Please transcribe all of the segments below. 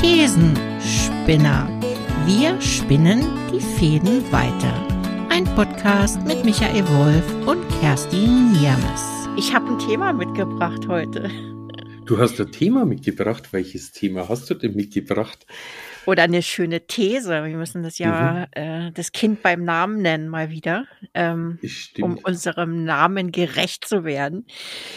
Thesenspinner. Wir spinnen die Fäden weiter. Ein Podcast mit Michael Wolf und Kerstin Niermes. Ich habe ein Thema mitgebracht heute. Du hast ein Thema mitgebracht. Welches Thema hast du denn mitgebracht? Oder eine schöne These. Wir müssen das ja das Kind beim Namen nennen mal wieder, um unserem Namen gerecht zu werden.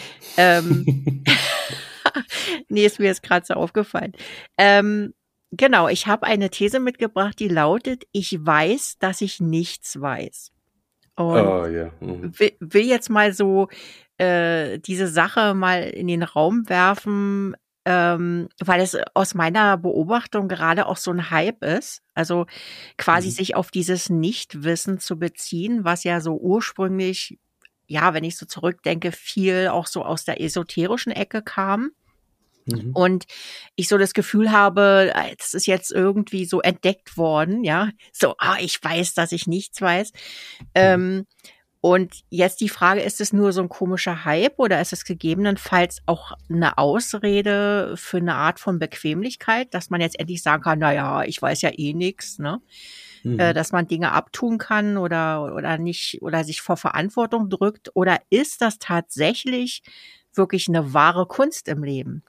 Nee, ist mir jetzt gerade so aufgefallen. Genau, ich habe eine These mitgebracht, die lautet: Ich weiß, dass ich nichts weiß. Und will jetzt mal so diese Sache mal in den Raum werfen, weil es aus meiner Beobachtung gerade auch so ein Hype ist. Also quasi sich auf dieses Nichtwissen zu beziehen, was ja so ursprünglich, ja, wenn ich so zurückdenke, viel auch so aus der esoterischen Ecke kam. Und ich so das Gefühl habe, das ist jetzt irgendwie so entdeckt worden, ja. So, ich weiß, dass ich nichts weiß. Und jetzt die Frage, ist es nur so ein komischer Hype oder ist es gegebenenfalls auch eine Ausrede für eine Art von Bequemlichkeit, dass man jetzt endlich sagen kann, naja, ich weiß ja eh nichts, ne? Dass man Dinge abtun kann oder nicht, oder sich vor Verantwortung drückt, oder ist das tatsächlich wirklich eine wahre Kunst im Leben?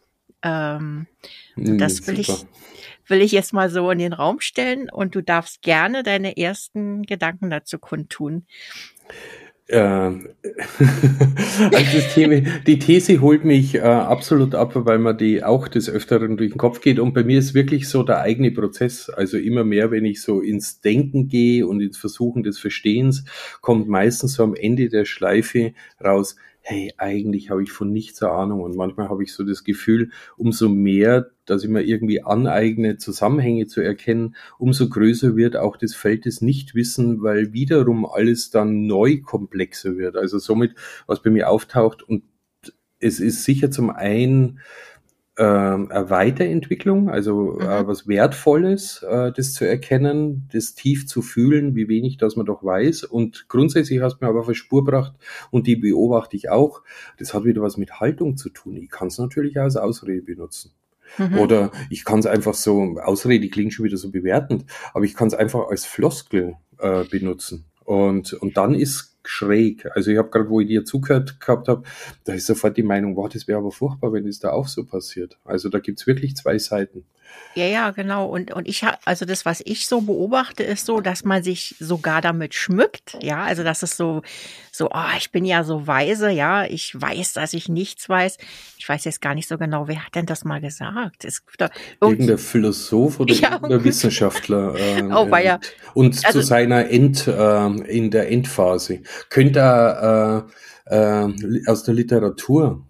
Das will ich jetzt mal so in den Raum stellen und du darfst gerne deine ersten Gedanken dazu kundtun. Also die These holt mich absolut ab, weil man die auch des Öfteren durch den Kopf geht, und bei mir ist wirklich so der eigene Prozess. Also immer mehr, wenn ich so ins Denken gehe und ins Versuchen des Verstehens, kommt meistens so am Ende der Schleife raus: Hey, eigentlich habe ich von nichts eine Ahnung. Und manchmal habe ich so das Gefühl, umso mehr, dass ich mir irgendwie aneigne, Zusammenhänge zu erkennen, umso größer wird auch das Feld des Nichtwissen, weil wiederum alles dann neu komplexer wird. Also somit, was bei mir auftaucht, und es ist sicher zum einen eine Weiterentwicklung, also was Wertvolles, das zu erkennen, das tief zu fühlen, wie wenig das man doch weiß. Und grundsätzlich hast du mir aber auf eine Spur gebracht, und die beobachte ich auch, das hat wieder was mit Haltung zu tun. Ich kann es natürlich auch als Ausrede benutzen. Oder ich kann es einfach so, Ausrede klingt schon wieder so bewertend, aber ich kann es einfach als Floskel benutzen. Und dann ist schräg. Also ich habe gerade, wo ich dir zugehört gehabt habe, da ist sofort die Meinung, wow, das wäre aber furchtbar, wenn das da auch so passiert. Also da gibt's wirklich zwei Seiten. Ja, genau. Und ich also das, was ich so beobachte, ist so, dass man sich sogar damit schmückt. Ja, also das ist so, ich bin ja so weise, ja, ich weiß, dass ich nichts weiß. Ich weiß jetzt gar nicht so genau, wer hat denn das mal gesagt? Irgendein Philosoph oder irgendein Wissenschaftler. Und zu seiner in der Endphase. Könnte er aus der Literatur,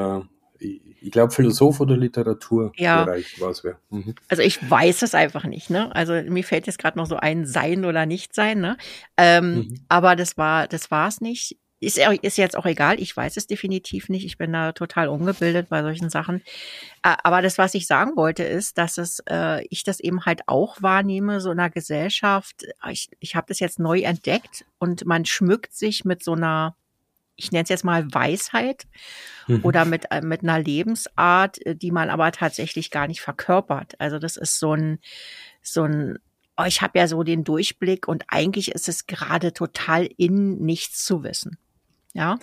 ich glaube Philosoph oder Literaturbereich war es. Also ich weiß es einfach nicht, ne? Also mir fällt jetzt gerade noch so ein, sein oder nicht sein, ne? Aber das war es nicht. Ist jetzt auch egal, ich weiß es definitiv nicht. Ich bin da total ungebildet bei solchen Sachen. Aber das, was ich sagen wollte, ist, dass ich das eben halt auch wahrnehme, so in einer Gesellschaft. Ich habe das jetzt neu entdeckt und man schmückt sich mit so einer, ich nenne es jetzt mal Weisheit oder mit einer Lebensart, die man aber tatsächlich gar nicht verkörpert. Also das ist so ein ich habe ja so den Durchblick und eigentlich ist es gerade total nichts zu wissen. Ja,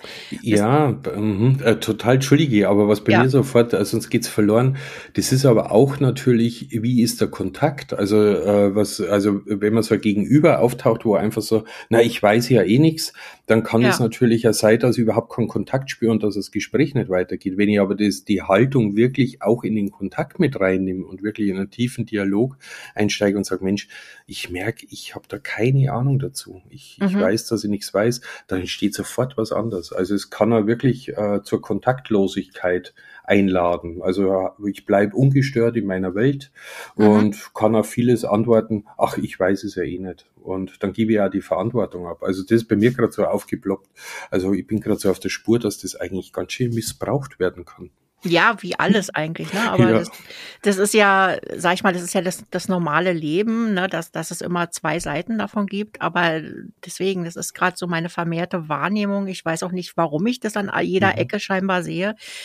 total entschuldige, aber was bei mir sofort, sonst geht's verloren, das ist aber auch natürlich, wie ist der Kontakt? Also wenn man so ein Gegenüber auftaucht, wo einfach so, ich weiß ja eh nichts, dann kann es natürlich ja sein, dass ich überhaupt keinen Kontakt spüre und dass das Gespräch nicht weitergeht. Wenn ich aber die Haltung wirklich auch in den Kontakt mit reinnehme und wirklich in einen tiefen Dialog einsteige und sage, Mensch, ich merke, ich habe da keine Ahnung dazu. Ich weiß, dass ich nichts weiß, dann entsteht sofort was anderes. Also es kann ja wirklich zur Kontaktlosigkeit einladen. Also ich bleibe ungestört in meiner Welt und kann auf vieles antworten, ach, ich weiß es ja eh nicht. Und dann gebe ich ja die Verantwortung ab. Also das ist bei mir gerade so aufgeploppt. Also ich bin gerade so auf der Spur, dass das eigentlich ganz schön missbraucht werden kann. Ja, wie alles eigentlich, ne? Aber das ist ja, sag ich mal, das ist ja das normale Leben, ne? Dass es immer zwei Seiten davon gibt. Aber deswegen, das ist gerade so meine vermehrte Wahrnehmung. Ich weiß auch nicht, warum ich das an jeder Ecke scheinbar sehe.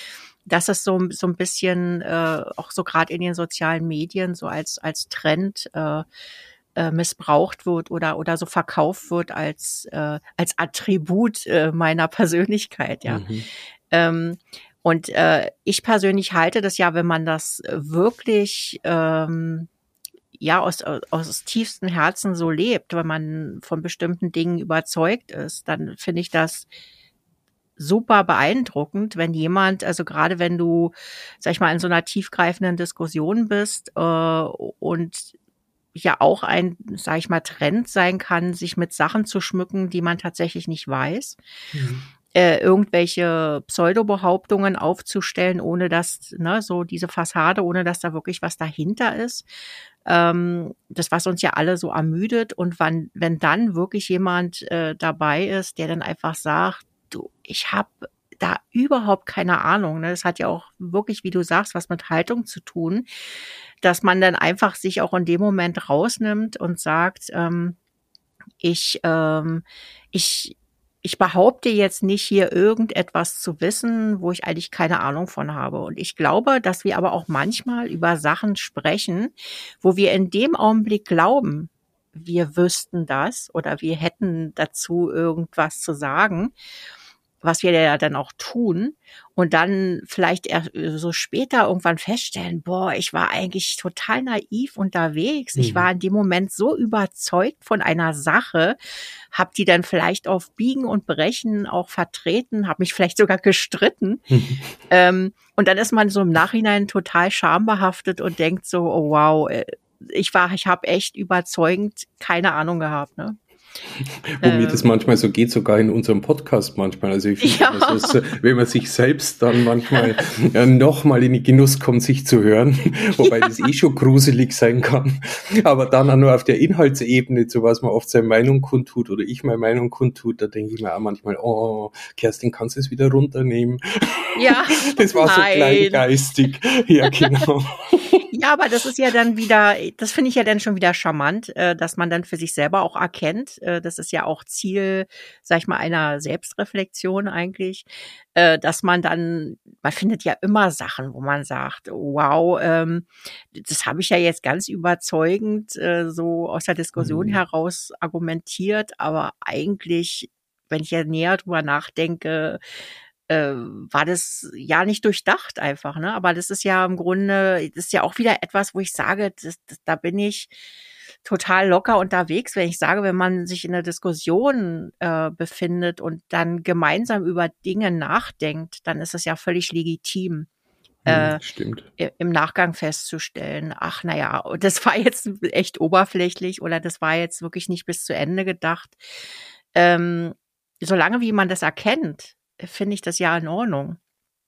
dass es so ein bisschen auch so gerade in den sozialen Medien so als Trend missbraucht wird oder so verkauft wird als Attribut meiner Persönlichkeit, ja. Und ich persönlich halte das ja, wenn man das wirklich ja aus tiefstem Herzen so lebt, wenn man von bestimmten Dingen überzeugt ist, dann finde ich das super beeindruckend, wenn jemand, also gerade wenn du, sag ich mal, in so einer tiefgreifenden Diskussion bist und ja auch ein, sag ich mal, Trend sein kann, sich mit Sachen zu schmücken, die man tatsächlich nicht weiß. Irgendwelche Pseudo-Behauptungen aufzustellen, ohne dass, ne, so diese Fassade, ohne dass da wirklich was dahinter ist. Das, was uns ja alle so ermüdet. Und wenn dann wirklich jemand dabei ist, der dann einfach sagt, du, ich habe da überhaupt keine Ahnung. Ne? Das hat ja auch wirklich, wie du sagst, was mit Haltung zu tun, dass man dann einfach sich auch in dem Moment rausnimmt und sagt, ich behaupte jetzt nicht hier irgendetwas zu wissen, wo ich eigentlich keine Ahnung von habe. Und ich glaube, dass wir aber auch manchmal über Sachen sprechen, wo wir in dem Augenblick glauben, wir wüssten das oder wir hätten dazu irgendwas zu sagen, was wir ja dann auch tun und dann vielleicht so später irgendwann feststellen, boah, ich war eigentlich total naiv unterwegs. Ich war in dem Moment so überzeugt von einer Sache, habe die dann vielleicht auf Biegen und Brechen auch vertreten, habe mich vielleicht sogar gestritten. Und dann ist man so im Nachhinein total schambehaftet und denkt so, oh wow, ich habe echt überzeugend keine Ahnung gehabt, ne? Wo mir das manchmal so geht, sogar in unserem Podcast manchmal. Also ich finde, wenn man sich selbst dann manchmal nochmal in den Genuss kommt, sich zu hören, wobei das schon gruselig sein kann, aber dann auch nur auf der Inhaltsebene, zu was man oft seine Meinung kundtut oder ich meine Meinung kundtut, da denke ich mir auch manchmal, oh, Kerstin, kannst du es wieder runternehmen? Ja. Das war so kleingeistig. Ja, genau. Ja, aber das ist ja dann wieder, das finde ich ja dann schon wieder charmant, dass man dann für sich selber auch erkennt, das ist ja auch Ziel, sag ich mal, einer Selbstreflexion eigentlich, dass man findet ja immer Sachen, wo man sagt, wow, das habe ich ja jetzt ganz überzeugend so aus der Diskussion heraus argumentiert, aber eigentlich, wenn ich ja näher drüber nachdenke, war das ja nicht durchdacht einfach, ne? Aber das ist ja im Grunde, das ist ja auch wieder etwas, wo ich sage, da bin ich total locker unterwegs, wenn ich sage, wenn man sich in einer Diskussion befindet und dann gemeinsam über Dinge nachdenkt, dann ist es ja völlig legitim. Stimmt. Im Nachgang festzustellen, ach naja, das war jetzt echt oberflächlich oder das war jetzt wirklich nicht bis zu Ende gedacht. Solange wie man das erkennt, finde ich das ja in Ordnung.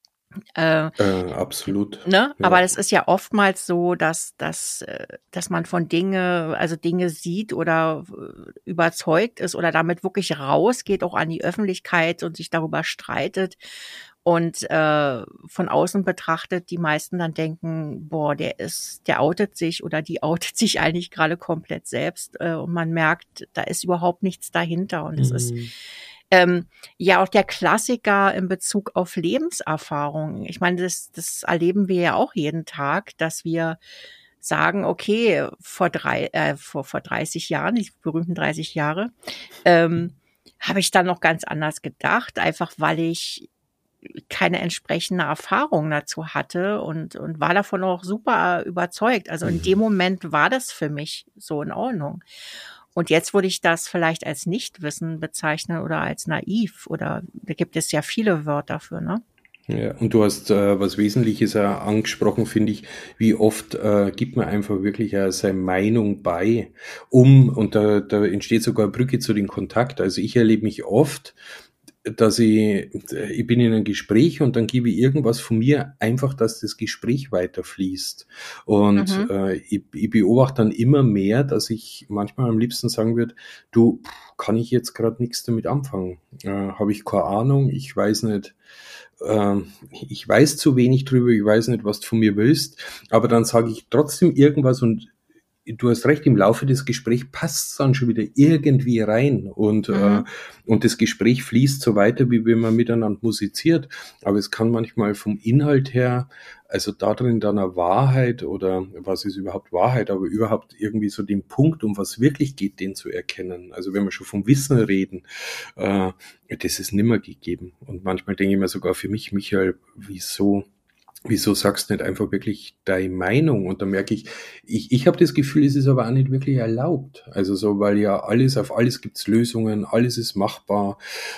Absolut. Ne? Ja. Aber es ist ja oftmals so, dass man von Dinge sieht oder überzeugt ist oder damit wirklich rausgeht, auch an die Öffentlichkeit und sich darüber streitet und von außen betrachtet die meisten dann denken, boah, der outet sich oder die outet sich eigentlich gerade komplett selbst und man merkt, da ist überhaupt nichts dahinter und es ist ja auch der Klassiker in Bezug auf Lebenserfahrung. Ich meine, das erleben wir ja auch jeden Tag, dass wir sagen, okay, vor 30 Jahren, die berühmten 30 Jahre, habe ich dann noch ganz anders gedacht, einfach weil ich keine entsprechende Erfahrung dazu hatte und war davon auch super überzeugt. Also in dem Moment war das für mich so in Ordnung. Und jetzt würde ich das vielleicht als Nichtwissen bezeichnen oder als naiv oder da gibt es ja viele Wörter für, ne? Ja, und du hast was Wesentliches angesprochen, finde ich, wie oft gibt man einfach wirklich seine Meinung bei, und da entsteht sogar eine Brücke zu den Kontakt. Also ich erlebe mich oft, dass ich bin in einem Gespräch und dann gebe ich irgendwas von mir, einfach, dass das Gespräch weiterfließt. Und ich beobachte dann immer mehr, dass ich manchmal am liebsten sagen würde, du, kann ich jetzt gerade nichts damit anfangen? Habe ich keine Ahnung, ich weiß nicht, ich weiß zu wenig drüber, ich weiß nicht, was du von mir willst, aber dann sage ich trotzdem irgendwas und du hast recht, im Laufe des Gesprächs passt es dann schon wieder irgendwie rein und das Gespräch fließt so weiter, wie wenn man miteinander musiziert. Aber es kann manchmal vom Inhalt her, also darin dann eine Wahrheit oder was ist überhaupt Wahrheit, aber überhaupt irgendwie so den Punkt, um was wirklich geht, den zu erkennen. Also wenn wir schon vom Wissen reden, das ist nimmer gegeben. Und manchmal denke ich mir sogar für mich, Michael, wieso sagst du nicht einfach wirklich deine Meinung? Und da merke ich habe das Gefühl, es ist aber auch nicht wirklich erlaubt. Also so, weil ja auf alles gibt's Lösungen, alles ist machbar.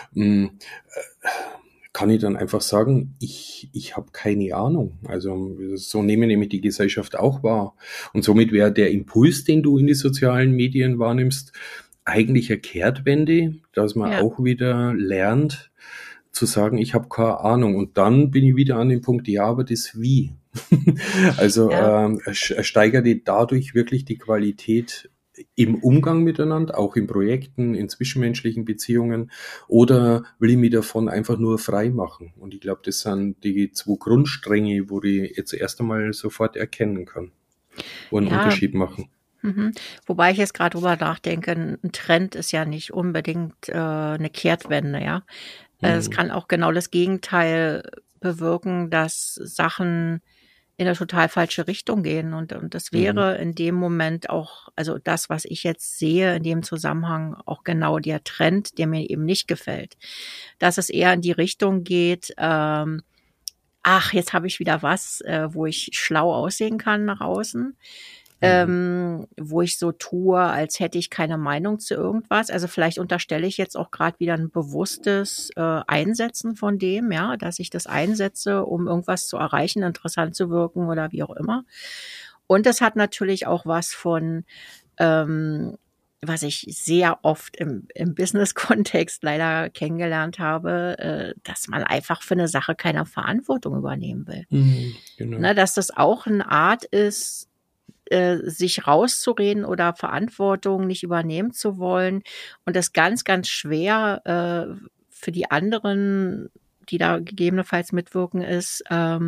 Kann ich dann einfach sagen, ich habe keine Ahnung. Also so nehme nämlich die Gesellschaft auch wahr. Und somit wäre der Impuls, den du in die sozialen Medien wahrnimmst, eigentlich eine Kehrtwende, dass man auch wieder lernt, zu sagen, ich habe keine Ahnung. Und dann bin ich wieder an dem Punkt, ja, aber das Wie. Also steigert dadurch wirklich die Qualität im Umgang miteinander, auch in Projekten, in zwischenmenschlichen Beziehungen, oder will ich mich davon einfach nur frei machen? Und ich glaube, das sind die 2 Grundstränge, wo ich jetzt erst einmal sofort erkennen kann und einen Unterschied machen. Wobei ich jetzt gerade drüber nachdenke, ein Trend ist ja nicht unbedingt eine Kehrtwende, ja. Es kann auch genau das Gegenteil bewirken, dass Sachen in eine total falsche Richtung gehen. Und das wäre in dem Moment auch, also das, was ich jetzt sehe in dem Zusammenhang, auch genau der Trend, der mir eben nicht gefällt. Dass es eher in die Richtung geht, jetzt habe ich wieder was, wo ich schlau aussehen kann nach außen. Wo ich so tue, als hätte ich keine Meinung zu irgendwas. Also vielleicht unterstelle ich jetzt auch gerade wieder ein bewusstes Einsetzen von dem, ja, dass ich das einsetze, um irgendwas zu erreichen, interessant zu wirken oder wie auch immer. Und es hat natürlich auch was von, was ich sehr oft im Business-Kontext leider kennengelernt habe, dass man einfach für eine Sache keine Verantwortung übernehmen will. Genau. Ne, dass das auch eine Art ist, sich rauszureden oder Verantwortung nicht übernehmen zu wollen und das ganz, ganz schwer für die anderen, die da gegebenenfalls mitwirken, ist,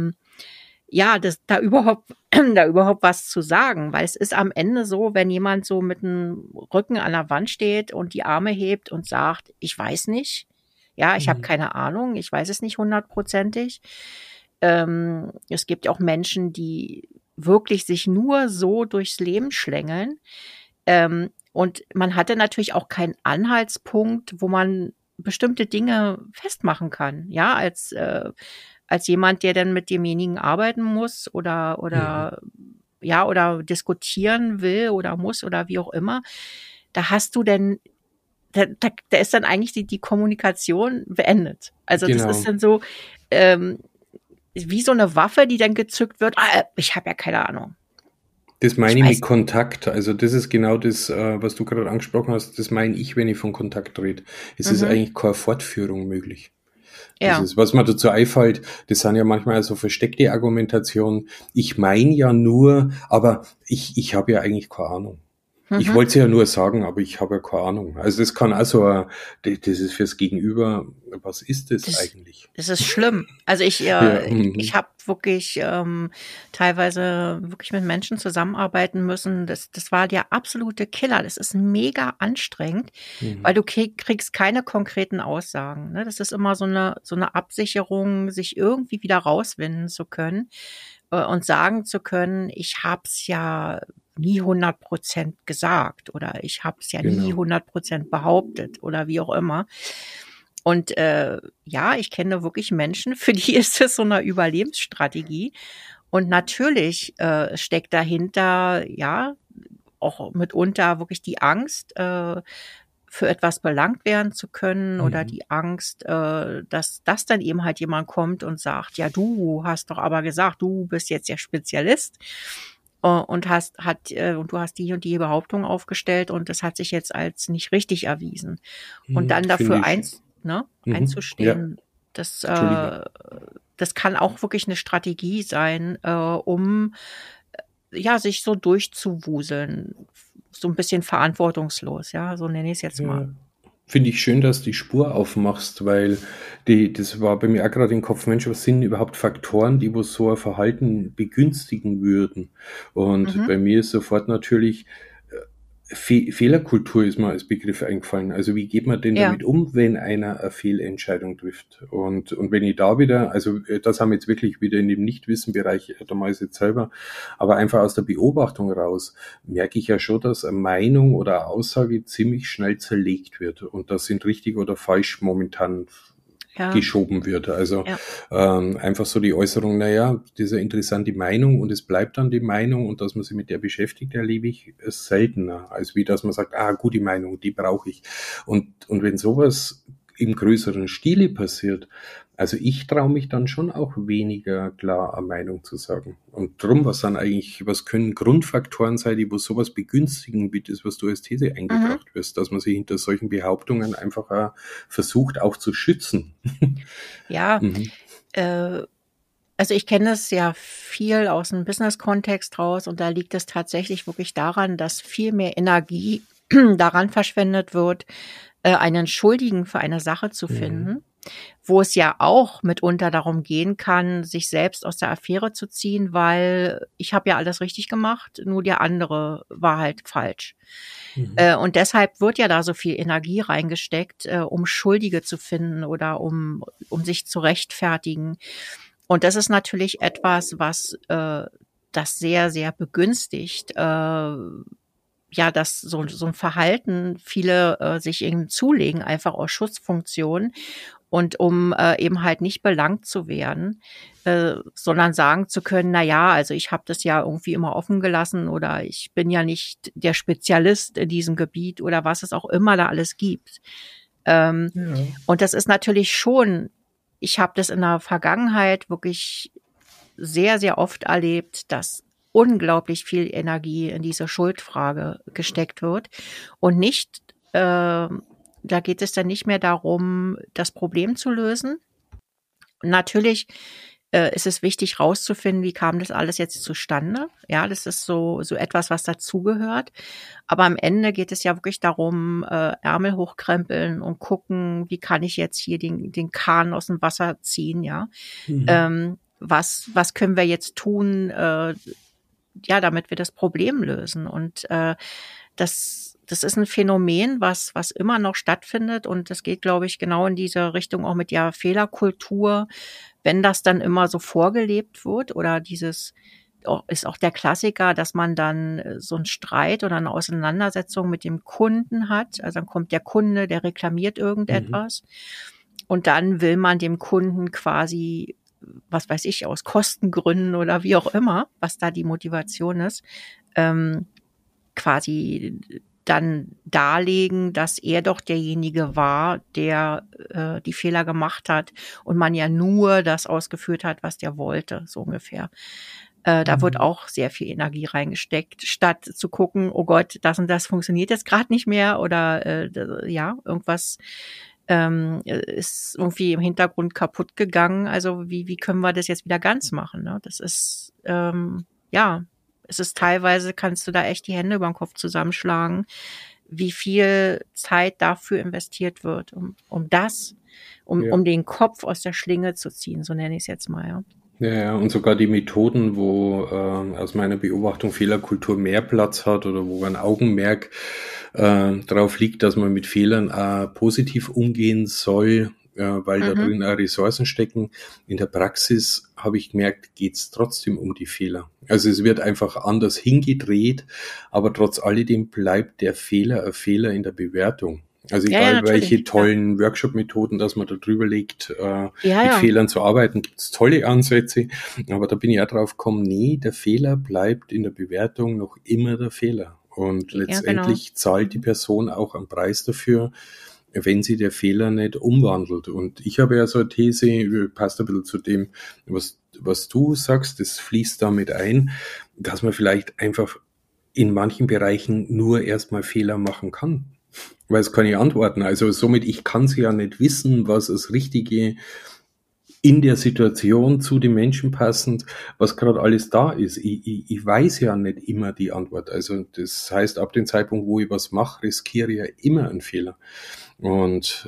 da überhaupt was zu sagen, weil es ist am Ende so, wenn jemand so mit dem Rücken an der Wand steht und die Arme hebt und sagt, ich weiß nicht, ja, ich habe keine Ahnung, ich weiß es nicht 100%. Es gibt ja auch Menschen, die wirklich sich nur so durchs Leben schlängeln. Und man hatte natürlich auch keinen Anhaltspunkt, wo man bestimmte Dinge festmachen kann. Ja, als jemand, der dann mit demjenigen arbeiten muss oder diskutieren will oder muss oder wie auch immer. Da hast du denn, da ist dann eigentlich die Kommunikation beendet. Also das ist dann so, wie so eine Waffe, die dann gezückt wird. Ich habe ja keine Ahnung. Das meine ich mit Kontakt. Also das ist genau das, was du gerade angesprochen hast. Das meine ich, wenn ich von Kontakt rede. Es ist eigentlich keine Fortführung möglich. Das ist, was mir dazu einfällt, das sind ja manchmal so versteckte Argumentationen. Ich meine ja nur, aber ich habe ja eigentlich keine Ahnung. Ich wollte es ja nur sagen, aber ich habe ja keine Ahnung. Also das kann also, das ist fürs Gegenüber, was ist das eigentlich? Das ist schlimm. Also ich habe wirklich teilweise wirklich mit Menschen zusammenarbeiten müssen. Das war der absolute Killer. Das ist mega anstrengend, weil du kriegst keine konkreten Aussagen. Ne? Das ist immer so eine Absicherung, sich irgendwie wieder rauswinden zu können und sagen zu können, ich hab's ja nie 100% gesagt oder ich habe es ja nie 100% behauptet oder wie auch immer. Und ich kenne wirklich Menschen, für die ist es so eine Überlebensstrategie. Und natürlich steckt dahinter, auch mitunter wirklich die Angst, für etwas belangt werden zu können oder die Angst, dass das dann eben halt jemand kommt und sagt, ja, du hast doch aber gesagt, du bist jetzt der Spezialist. Und du hast die und die Behauptung aufgestellt und das hat sich jetzt als nicht richtig erwiesen. Und dann dafür einzustehen, das kann auch wirklich eine Strategie sein, um sich so durchzuwuseln, so ein bisschen verantwortungslos, ja, so nenne ich es jetzt mal. Finde ich schön, dass du die Spur aufmachst, weil das war bei mir auch gerade im Kopf, Mensch, was sind überhaupt Faktoren, die wo so ein Verhalten begünstigen würden? Und bei mir ist sofort natürlich Fehlerkultur ist mir als Begriff eingefallen. Also wie geht man denn Ja. damit um, wenn einer eine Fehlentscheidung trifft? Und wenn ich da wieder, also das haben wir jetzt wirklich wieder in dem Nichtwissenbereich, da mal jetzt selber, aber einfach aus der Beobachtung raus, merke ich ja schon, dass eine Meinung oder eine Aussage ziemlich schnell zerlegt wird. Und das sind richtig oder falsch momentan geschoben wird. Also einfach so die Äußerung, naja, diese interessante Meinung und es bleibt dann die Meinung und dass man sich mit der beschäftigt, erlebe ich es seltener, als wie dass man sagt, gute Meinung, die brauche ich. Und wenn sowas im größeren Stile passiert, also ich traue mich dann schon auch weniger klar eine Meinung zu sagen. Und drum, was können Grundfaktoren sein, die wo sowas begünstigen, wie das, was du als These eingebracht wirst, dass man sich hinter solchen Behauptungen einfach auch versucht, auch zu schützen. Ja, also ich kenne das ja viel aus dem Business-Kontext raus und da liegt es tatsächlich wirklich daran, dass viel mehr Energie daran verschwendet wird, einen Schuldigen für eine Sache zu finden, wo es ja auch mitunter darum gehen kann, sich selbst aus der Affäre zu ziehen, weil ich habe ja alles richtig gemacht, nur der andere war halt falsch. Und deshalb wird ja da so viel Energie reingesteckt, um Schuldige zu finden oder um sich zu rechtfertigen. Und das ist natürlich etwas, was das sehr, sehr begünstigt, dass so ein Verhalten viele sich eben zulegen, einfach aus Schutzfunktion und um eben halt nicht belangt zu werden, sondern sagen zu können, na ja, also ich habe das ja irgendwie immer offen gelassen oder ich bin ja nicht der Spezialist in diesem Gebiet oder was es auch immer da alles gibt. Und das ist natürlich schon, ich habe das in der Vergangenheit wirklich sehr, sehr oft erlebt, dass unglaublich viel Energie in diese Schuldfrage gesteckt wird und nicht, da geht es dann nicht mehr darum, das Problem zu lösen. Natürlich ist es wichtig rauszufinden, wie kam das alles jetzt zustande. Ja, das ist so etwas, was dazugehört. Aber am Ende geht es ja wirklich darum, Ärmel hochkrempeln und gucken, wie kann ich jetzt hier den Kahn aus dem Wasser ziehen, ja. Was können wir jetzt tun, damit wir das Problem lösen. Und das ist ein Phänomen, was immer noch stattfindet. Und das geht, glaube ich, genau in diese Richtung auch mit der Fehlerkultur. Wenn das dann immer so vorgelebt wird oder ist auch der Klassiker, dass man dann so einen Streit oder eine Auseinandersetzung mit dem Kunden hat. Also dann kommt der Kunde, der reklamiert irgendetwas. Und dann will man dem Kunden quasi, was weiß ich, aus Kostengründen oder wie auch immer, was da die Motivation ist, quasi dann darlegen, dass er doch derjenige war, der die Fehler gemacht hat und man ja nur das ausgeführt hat, was der wollte, so ungefähr. Da wird auch sehr viel Energie reingesteckt, statt zu gucken, oh Gott, das und das funktioniert jetzt gerade nicht mehr oder irgendwas ist irgendwie im Hintergrund kaputt gegangen. Also wie können wir das jetzt wieder ganz machen? Ne? Das ist es ist teilweise, kannst du da echt die Hände über den Kopf zusammenschlagen, wie viel Zeit dafür investiert wird, um den Kopf aus der Schlinge zu ziehen, so nenne ich es jetzt mal, ja. Ja, und sogar die Methoden, wo aus meiner Beobachtung Fehlerkultur mehr Platz hat oder wo ein Augenmerk drauf liegt, dass man mit Fehlern positiv umgehen soll, weil da drin auch Ressourcen stecken. In der Praxis habe ich gemerkt, geht's trotzdem um die Fehler. Also es wird einfach anders hingedreht, aber trotz alledem bleibt der Fehler ein Fehler in der Bewertung. Also egal welche tollen Workshop-Methoden, dass man da drüber legt, mit Fehlern zu arbeiten, gibt's tolle Ansätze. Aber da bin ich auch drauf gekommen, nee, der Fehler bleibt in der Bewertung noch immer der Fehler. Und letztendlich zahlt die Person auch einen Preis dafür, wenn sie der Fehler nicht umwandelt. Und ich habe ja so eine These, passt ein bisschen zu dem, was du sagst, das fließt damit ein, dass man vielleicht einfach in manchen Bereichen nur erstmal Fehler machen kann. Weil es kann ich antworten. Also somit, ich kann es ja nicht wissen, was das Richtige in der Situation zu dem Menschen passend, was gerade alles da ist. Ich weiß ja nicht immer die Antwort. Also das heißt, ab dem Zeitpunkt, wo ich was mache, riskiere ich ja immer einen Fehler. Und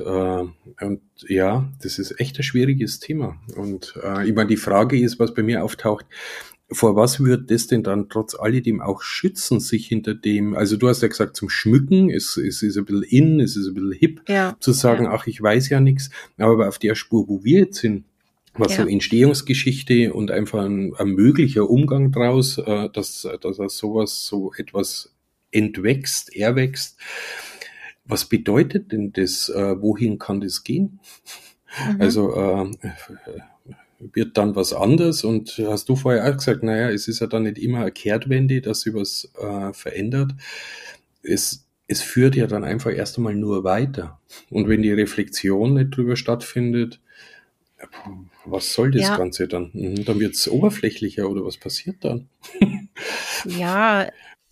ja, das ist echt ein schwieriges Thema. Und ich meine, die Frage ist, was bei mir auftaucht, vor was wird das denn dann trotz alledem auch schützen, sich hinter dem, also du hast ja gesagt, zum Schmücken, es ist ein bisschen in, es ist ein bisschen hip, zu sagen, ach, ich weiß ja nichts, aber auf der Spur, wo wir jetzt sind, was so Entstehungsgeschichte und einfach ein möglicher Umgang draus, dass aus sowas so etwas erwächst. Was bedeutet denn das? Wohin kann das gehen? Also wird dann was anderes, und hast du vorher auch gesagt, naja, es ist ja dann nicht immer eine Kehrtwende, dass sich was verändert. Es führt ja dann einfach erst einmal nur weiter. Und wenn die Reflexion nicht drüber stattfindet, was soll das Ganze dann? Dann wird es oberflächlicher, oder was passiert dann? Ja,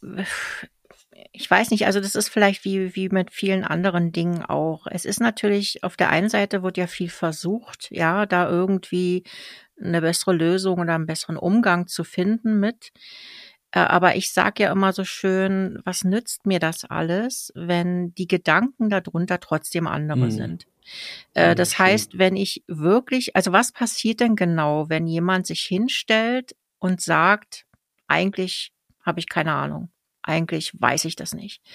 ich weiß nicht, also das ist vielleicht wie mit vielen anderen Dingen auch. Es ist natürlich, auf der einen Seite wird ja viel versucht, ja, da irgendwie eine bessere Lösung oder einen besseren Umgang zu finden mit. Aber ich sage ja immer so schön, was nützt mir das alles, wenn die Gedanken darunter trotzdem andere sind? Das heißt, wenn ich wirklich, also was passiert denn genau, wenn jemand sich hinstellt und sagt, eigentlich habe ich keine Ahnung, eigentlich weiß ich das nicht.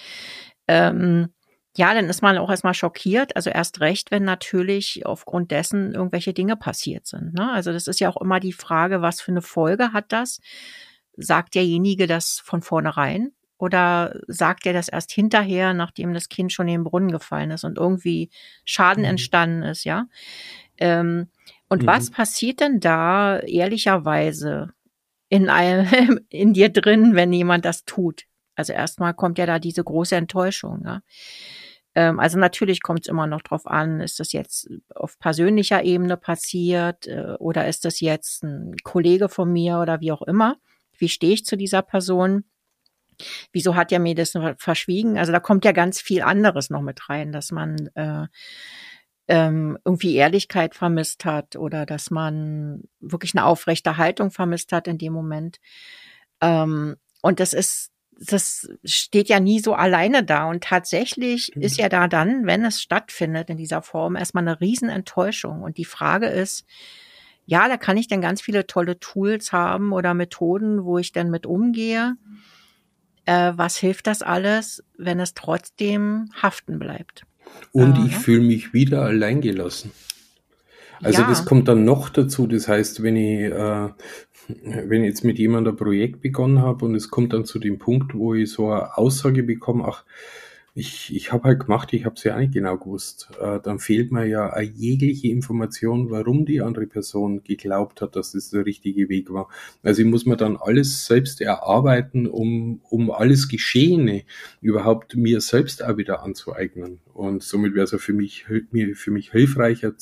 Ja, dann ist man auch erstmal schockiert, also erst recht, wenn natürlich aufgrund dessen irgendwelche Dinge passiert sind, ne? Also das ist ja auch immer die Frage, was für eine Folge hat das? Sagt derjenige das von vornherein? Oder sagt er das erst hinterher, nachdem das Kind schon in den Brunnen gefallen ist und irgendwie Schaden entstanden ist, ja? Und was passiert denn da ehrlicherweise in dir drin, wenn jemand das tut? Also erstmal kommt ja da diese große Enttäuschung, ja? Also natürlich kommt es immer noch drauf an, ist das jetzt auf persönlicher Ebene passiert oder ist das jetzt ein Kollege von mir oder wie auch immer? Wie stehe ich zu dieser Person? Wieso hat er mir das verschwiegen? Also da kommt ja ganz viel anderes noch mit rein, dass man irgendwie Ehrlichkeit vermisst hat oder dass man wirklich eine aufrechte Haltung vermisst hat in dem Moment. Und das steht ja nie so alleine da. Und tatsächlich ist ja da dann, wenn es stattfindet in dieser Form, erstmal eine Riesenenttäuschung. Und die Frage ist, ja, da kann ich dann ganz viele tolle Tools haben oder Methoden, wo ich dann mit umgehe. Was hilft das alles, wenn es trotzdem haften bleibt? Und ich fühle mich wieder alleingelassen. Also das kommt dann noch dazu. Das heißt, wenn ich jetzt mit jemandem ein Projekt begonnen habe und es kommt dann zu dem Punkt, wo ich so eine Aussage bekomme, ach, ich habe halt gemacht, ich habe es ja auch nicht genau gewusst, dann fehlt mir ja eine jegliche Information, warum die andere Person geglaubt hat, dass das der richtige Weg war. Also ich muss mir dann alles selbst erarbeiten, um alles Geschehene überhaupt mir selbst auch wieder anzueignen. Und somit wäre es ja für mich hilfreicher,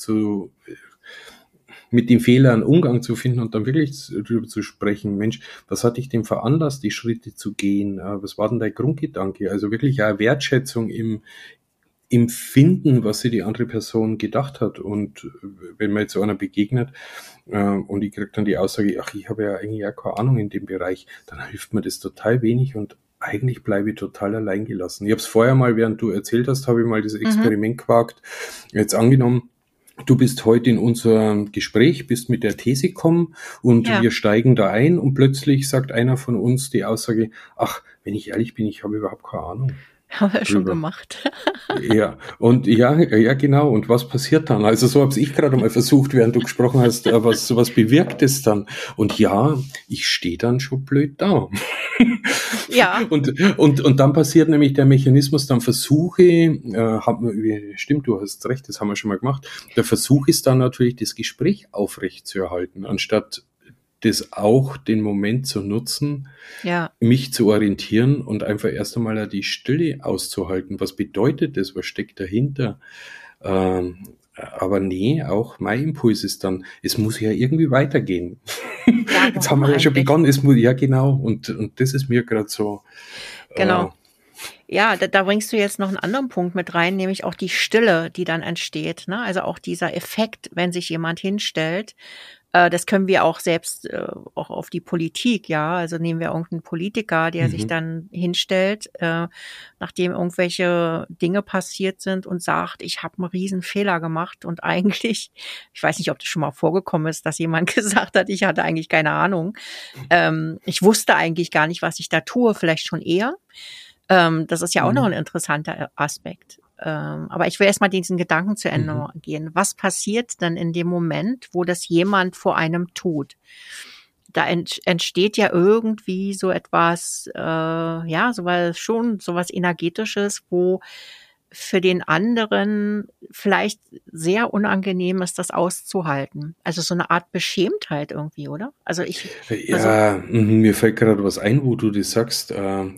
mit dem Fehler einen Umgang zu finden und dann wirklich darüber zu sprechen, Mensch, was hat dich denn veranlasst, die Schritte zu gehen? Was war denn dein Grundgedanke? Also wirklich eine Wertschätzung im Finden, was sich die andere Person gedacht hat. Und wenn man jetzt so einer begegnet und ich kriege dann die Aussage, ach, ich habe ja eigentlich auch keine Ahnung in dem Bereich, dann hilft mir das total wenig und eigentlich bleibe ich total allein gelassen. Ich habe es vorher mal, während du erzählt hast, habe ich mal das Experiment gewagt. Jetzt angenommen, du bist heute in unser Gespräch, bist mit der These gekommen und wir steigen da ein und plötzlich sagt einer von uns die Aussage, ach, wenn ich ehrlich bin, ich habe überhaupt keine Ahnung. Haben wir schon gemacht. Ja, und ja, genau. Und was passiert dann? Also so habe ich gerade mal versucht, während du gesprochen hast, was bewirkt es dann? Und ja, ich stehe dann schon blöd da. Ja. Und dann passiert nämlich der Mechanismus, dann Versuche, stimmt, du hast recht, das haben wir schon mal gemacht. Der Versuch ist dann natürlich, das Gespräch aufrecht zu erhalten, anstatt das auch den Moment zu nutzen, mich zu orientieren und einfach erst einmal die Stille auszuhalten. Was bedeutet das? Was steckt dahinter? Aber nee, auch mein Impuls ist dann, es muss ja irgendwie weitergehen. Ja, jetzt haben wir ja schon begonnen, es muss, ja genau, und das ist mir gerade so. Genau. Ja, da bringst du jetzt noch einen anderen Punkt mit rein, nämlich auch die Stille, die dann entsteht, ne? Also auch dieser Effekt, wenn sich jemand hinstellt Das können wir auch selbst auch auf die Politik, ja. Also nehmen wir irgendeinen Politiker, der sich dann hinstellt, nachdem irgendwelche Dinge passiert sind und sagt, ich habe einen riesen Fehler gemacht und eigentlich, ich weiß nicht, ob das schon mal vorgekommen ist, dass jemand gesagt hat, ich hatte eigentlich keine Ahnung. Ich wusste eigentlich gar nicht, was ich da tue, vielleicht schon eher. Das ist ja auch noch ein interessanter Aspekt. Aber ich will erstmal diesen Gedanken zu Ende gehen. Was passiert denn in dem Moment, wo das jemand vor einem tut? Da entsteht ja irgendwie so etwas, sowas Energetisches, wo für den anderen vielleicht sehr unangenehm ist, das auszuhalten. Also so eine Art Beschämtheit irgendwie, oder? Mir fällt gerade was ein, wo du das sagst.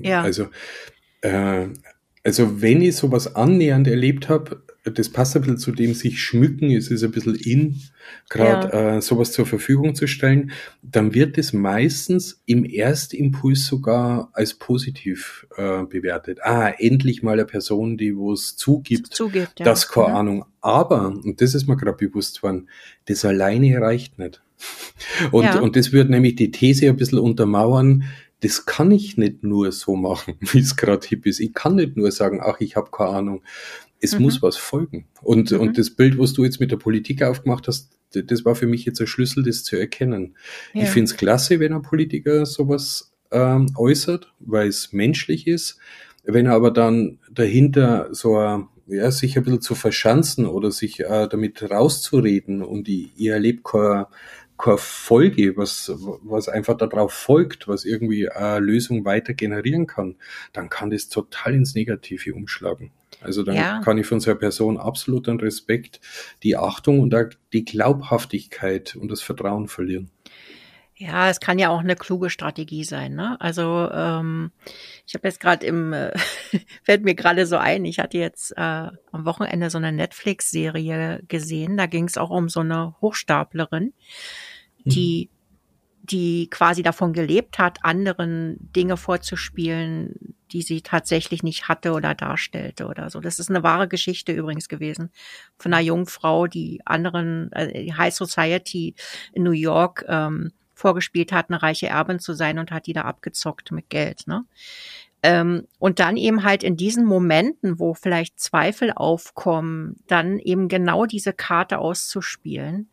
Also wenn ich sowas annähernd erlebt habe, das passt ein bisschen zu dem sich schmücken, es ist ein bisschen gerade sowas zur Verfügung zu stellen, dann wird es meistens im Erstimpuls sogar als positiv bewertet. Endlich mal eine Person, die wo es zugibt, das keine Ahnung. Aber, und das ist mir gerade bewusst worden, das alleine reicht nicht. Und das wird nämlich die These ein bisschen untermauern, das kann ich nicht nur so machen, wie es gerade hip ist. Ich kann nicht nur sagen, ach, ich habe keine Ahnung. Es muss was folgen. Und das Bild, was du jetzt mit der Politik aufgemacht hast, das war für mich jetzt ein Schlüssel, das zu erkennen. Ja. Ich finde es klasse, wenn ein Politiker sowas äußert, weil es menschlich ist. Wenn er aber dann dahinter sich ein bisschen zu verschanzen oder sich damit rauszureden und ich erlebe keine Folge, was einfach darauf folgt, was irgendwie eine Lösung weiter generieren kann, dann kann das total ins Negative umschlagen. Also dann kann ich von so einer Person absolut den Respekt, die Achtung und auch die Glaubhaftigkeit und das Vertrauen verlieren. Ja, es kann ja auch eine kluge Strategie sein, ne? Also ich habe jetzt gerade fällt mir gerade so ein, ich hatte jetzt am Wochenende so eine Netflix-Serie gesehen, da ging es auch um so eine Hochstaplerin, die quasi davon gelebt hat, anderen Dinge vorzuspielen, die sie tatsächlich nicht hatte oder darstellte oder so. Das ist eine wahre Geschichte übrigens gewesen von einer jungen Frau, die anderen die High Society in New York vorgespielt hat, eine reiche Erbin zu sein und hat die da abgezockt mit Geld, ne? Und dann eben halt in diesen Momenten, wo vielleicht Zweifel aufkommen, dann eben genau diese Karte auszuspielen,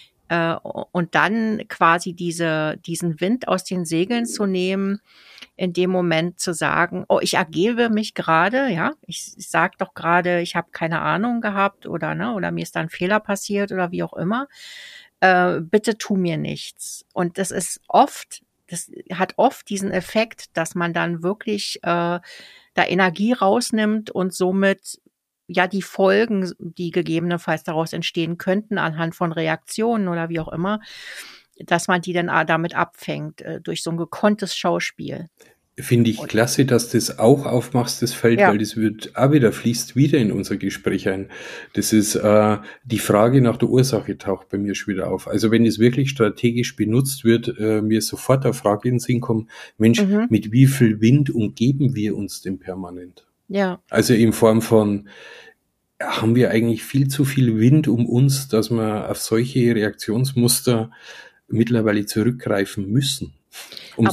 und dann quasi diesen Wind aus den Segeln zu nehmen, in dem Moment zu sagen, oh, ich ergebe mich gerade, ja, ich sag doch gerade, ich habe keine Ahnung gehabt oder mir ist da ein Fehler passiert oder wie auch immer. Bitte tu mir nichts. Und das hat oft diesen Effekt, dass man dann wirklich da Energie rausnimmt und somit die Folgen, die gegebenenfalls daraus entstehen könnten, anhand von Reaktionen oder wie auch immer, dass man die dann damit abfängt, durch so ein gekonntes Schauspiel. Finde ich klasse, dass du das auch aufmachst, das Feld, weil das fließt wieder in unser Gespräch ein. Das ist, die Frage nach der Ursache taucht bei mir schon wieder auf. Also wenn es wirklich strategisch benutzt wird, mir sofort eine Frage in den Sinn kommt, Mensch, mit wie viel Wind umgeben wir uns denn permanent? Ja. Also in Form von, haben wir eigentlich viel zu viel Wind um uns, dass wir auf solche Reaktionsmuster mittlerweile zurückgreifen müssen, um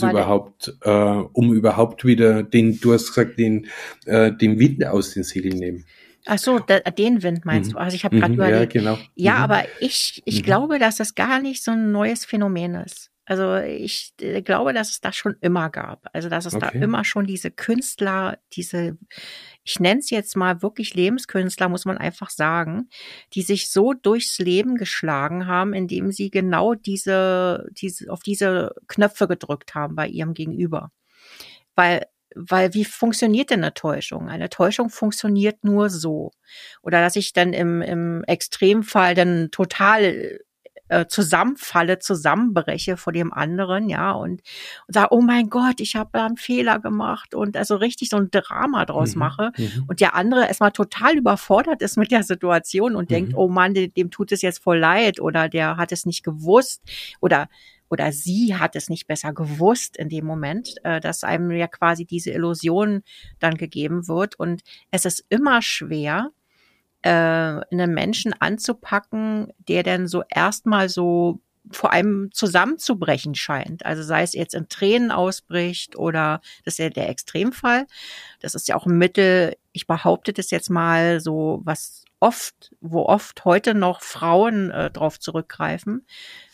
überhaupt wieder du hast gesagt, den Wind aus den Segeln nehmen. Ach so, den Wind meinst du? Also ich habe gerade überlegt. Ja, genau. Ja, aber ich glaube, dass das gar nicht so ein neues Phänomen ist. Also ich glaube, dass es das schon immer gab. Also dass es da immer schon diese Künstler, ich nenne es jetzt mal wirklich Lebenskünstler, muss man einfach sagen, die sich so durchs Leben geschlagen haben, indem sie genau auf diese Knöpfe gedrückt haben bei ihrem Gegenüber. Weil wie funktioniert denn eine Täuschung? Eine Täuschung funktioniert nur so. Oder dass ich dann im Extremfall dann total zusammenfalle, zusammenbreche vor dem anderen, ja, und sage, oh mein Gott, ich habe da einen Fehler gemacht und also richtig so ein Drama draus mache und der andere erstmal total überfordert ist mit der Situation und denkt, oh Mann, dem tut es jetzt voll leid oder der hat es nicht gewusst oder sie hat es nicht besser gewusst in dem Moment, dass einem ja quasi diese Illusion dann gegeben wird und es ist immer schwer, einen Menschen anzupacken, der dann so erstmal so vor allem zusammenzubrechen scheint. Also sei es jetzt in Tränen ausbricht oder das ist ja der Extremfall. Das ist ja auch ein Mittel, ich behaupte das jetzt mal so, wo oft heute noch Frauen drauf zurückgreifen,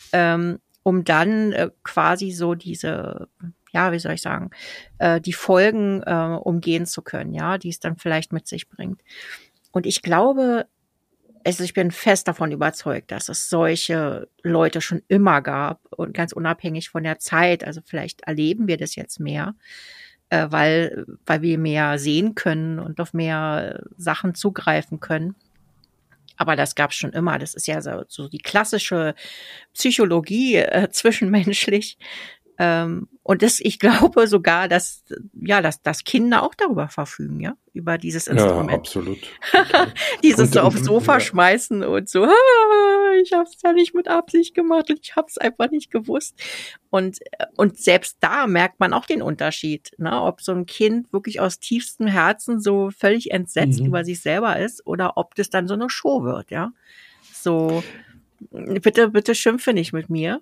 um dann quasi so diese, ja, wie soll ich sagen, die Folgen umgehen zu können, ja, die es dann vielleicht mit sich bringt. Und ich glaube, also ich bin fest davon überzeugt, dass es solche Leute schon immer gab und ganz unabhängig von der Zeit. Also vielleicht erleben wir das jetzt mehr, weil wir mehr sehen können und auf mehr Sachen zugreifen können. Aber das gab's schon immer. Das ist ja so die klassische Psychologie zwischenmenschlich. Und ich glaube sogar, dass Kinder auch darüber verfügen, ja, über dieses Instrument. Ja, absolut. Dieses so aufs Sofa schmeißen und so, ich habe es ja nicht mit Absicht gemacht und ich habe es einfach nicht gewusst. Und selbst da merkt man auch den Unterschied, ne, ob so ein Kind wirklich aus tiefstem Herzen so völlig entsetzt über sich selber ist oder ob das dann so eine Show wird, ja. So, bitte schimpfe nicht mit mir.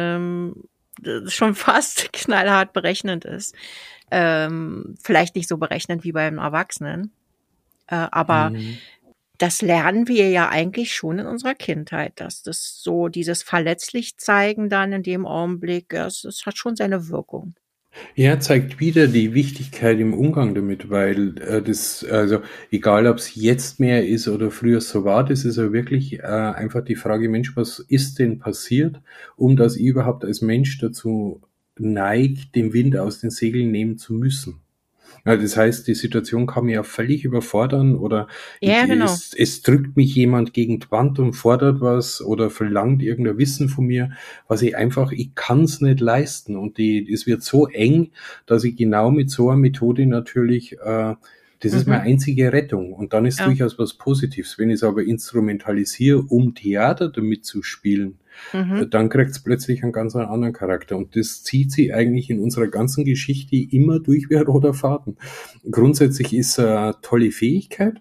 Schon fast knallhart berechnend ist. Vielleicht nicht so berechnend wie beim Erwachsenen. Aber das lernen wir ja eigentlich schon in unserer Kindheit, dass das so dieses verletzlich zeigen dann in dem Augenblick, es hat schon seine Wirkung. Ja, zeigt wieder die Wichtigkeit im Umgang damit, weil also egal ob es jetzt mehr ist oder früher so war, das ist ja wirklich einfach die Frage, Mensch, was ist denn passiert, um dass ich überhaupt als Mensch dazu neigt, den Wind aus den Segeln nehmen zu müssen. Ja, das heißt, die Situation kann mich ja völlig überfordern oder Ja, genau. es drückt mich jemand gegen die Wand und fordert was oder verlangt irgendein Wissen von mir, was ich kann es nicht leisten und es wird so eng, dass ich genau mit so einer Methode natürlich, das ist meine einzige Rettung und dann ist durchaus was Positives. Wenn ich es aber instrumentalisiere, um Theater damit zu spielen, dann kriegt es plötzlich einen ganz anderen Charakter. Und das zieht sich eigentlich in unserer ganzen Geschichte immer durch wie ein roter Faden. Grundsätzlich ist eine tolle Fähigkeit,